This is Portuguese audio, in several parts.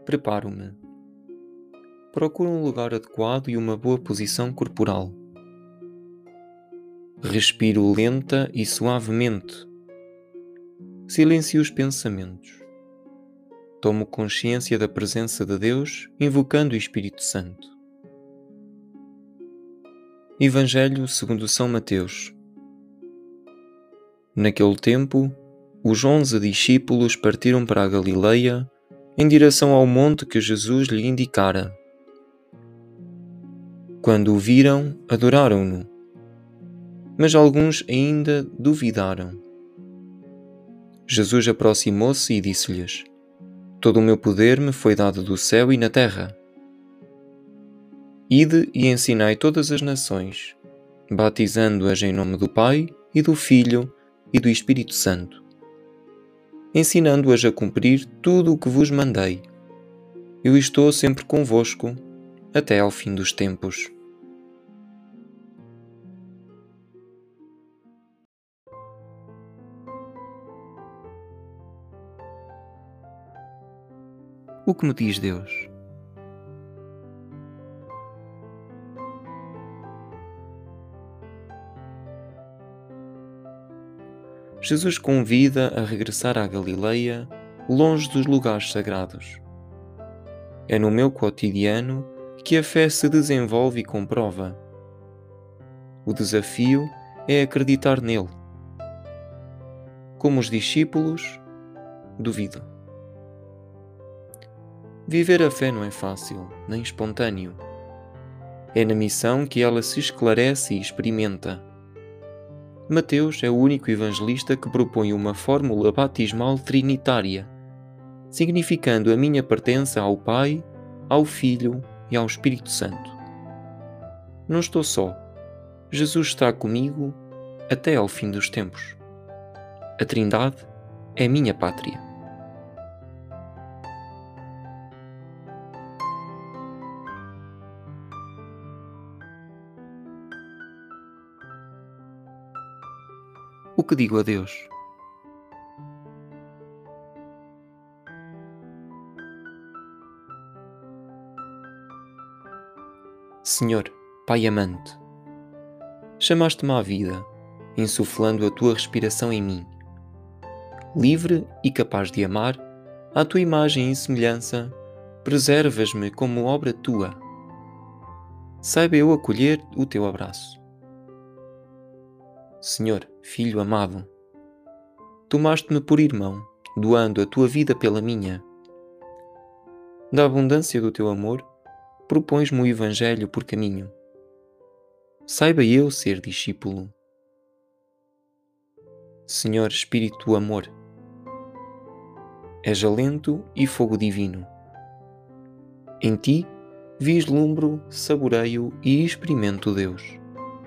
Preparo-me. Procuro um lugar adequado e uma boa posição corporal. Respiro lenta e suavemente. Silencio os pensamentos. Tomo consciência da presença de Deus, invocando o Espírito Santo. Evangelho segundo São Mateus. Naquele tempo, os 11 discípulos partiram para a Galileia, em direção ao monte que Jesus lhe indicara. Quando o viram, adoraram-no, mas alguns ainda duvidaram. Jesus aproximou-se e disse-lhes: Todo o meu poder me foi dado do céu e na terra. Ide e ensinai todas as nações, batizando-as em nome do Pai e do Filho e do Espírito Santo, ensinando-as a cumprir tudo o que vos mandei. Eu estou sempre convosco, até ao fim dos tempos. O que me diz Deus? Jesus convida a regressar à Galileia, longe dos lugares sagrados. É no meu cotidiano que a fé se desenvolve e comprova. O desafio é acreditar nele. Como os discípulos, duvido. Viver a fé não é fácil, nem espontâneo. É na missão que ela se esclarece e experimenta. Mateus é o único evangelista que propõe uma fórmula batismal trinitária, significando a minha pertença ao Pai, ao Filho e ao Espírito Santo. Não estou só. Jesus está comigo até ao fim dos tempos. A Trindade é minha pátria. O que digo a Deus? Senhor, Pai amante, chamaste-me à vida, insuflando a tua respiração em mim. Livre e capaz de amar, à tua imagem e semelhança, preservas-me como obra tua. Saiba eu acolher o teu abraço. Senhor, Filho amado, tomaste-me por irmão, doando a tua vida pela minha. Da abundância do teu amor, propões-me o Evangelho por caminho. Saiba eu ser discípulo. Senhor Espírito Amor, és alento e fogo divino. Em ti vislumbro, saboreio e experimento Deus.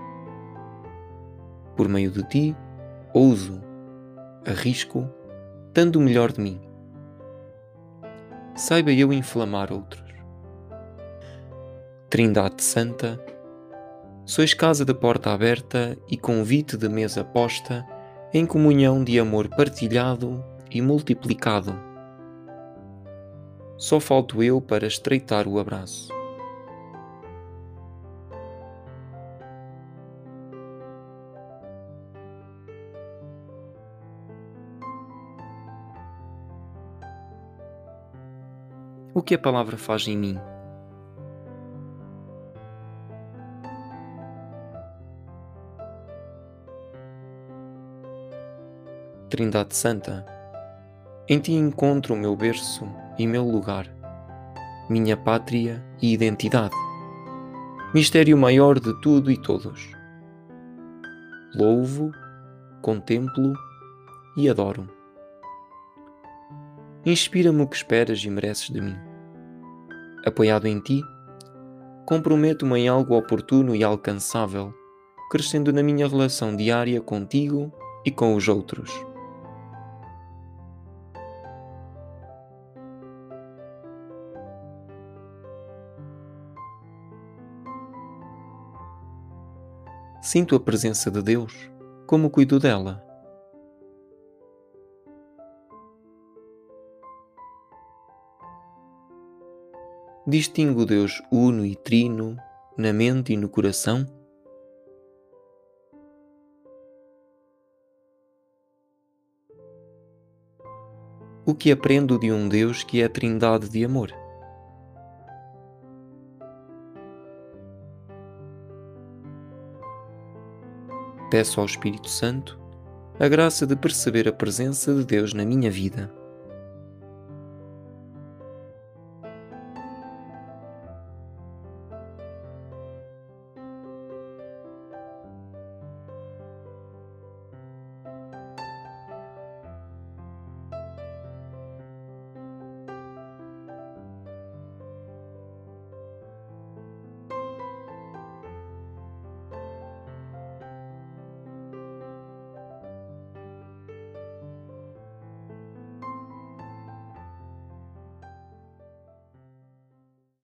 Por meio de ti, ouso, arrisco, dando o melhor de mim. Saiba eu inflamar outros. Trindade Santa, sois casa de porta aberta e convite de mesa posta em comunhão de amor partilhado e multiplicado. Só falto eu para estreitar o abraço. O que a palavra faz em mim? Trindade Santa, em ti encontro o meu berço e meu lugar, minha pátria e identidade, mistério maior de tudo e todos. Louvo, contemplo e adoro. Inspira-me o que esperas e mereces de mim. Apoiado em ti, comprometo-me em algo oportuno e alcançável, crescendo na minha relação diária contigo e com os outros. Sinto a presença de Deus, como cuido dela. Distingo o Deus uno e trino na mente e no coração? O que aprendo de um Deus que é a Trindade de amor? Peço ao Espírito Santo a graça de perceber a presença de Deus na minha vida.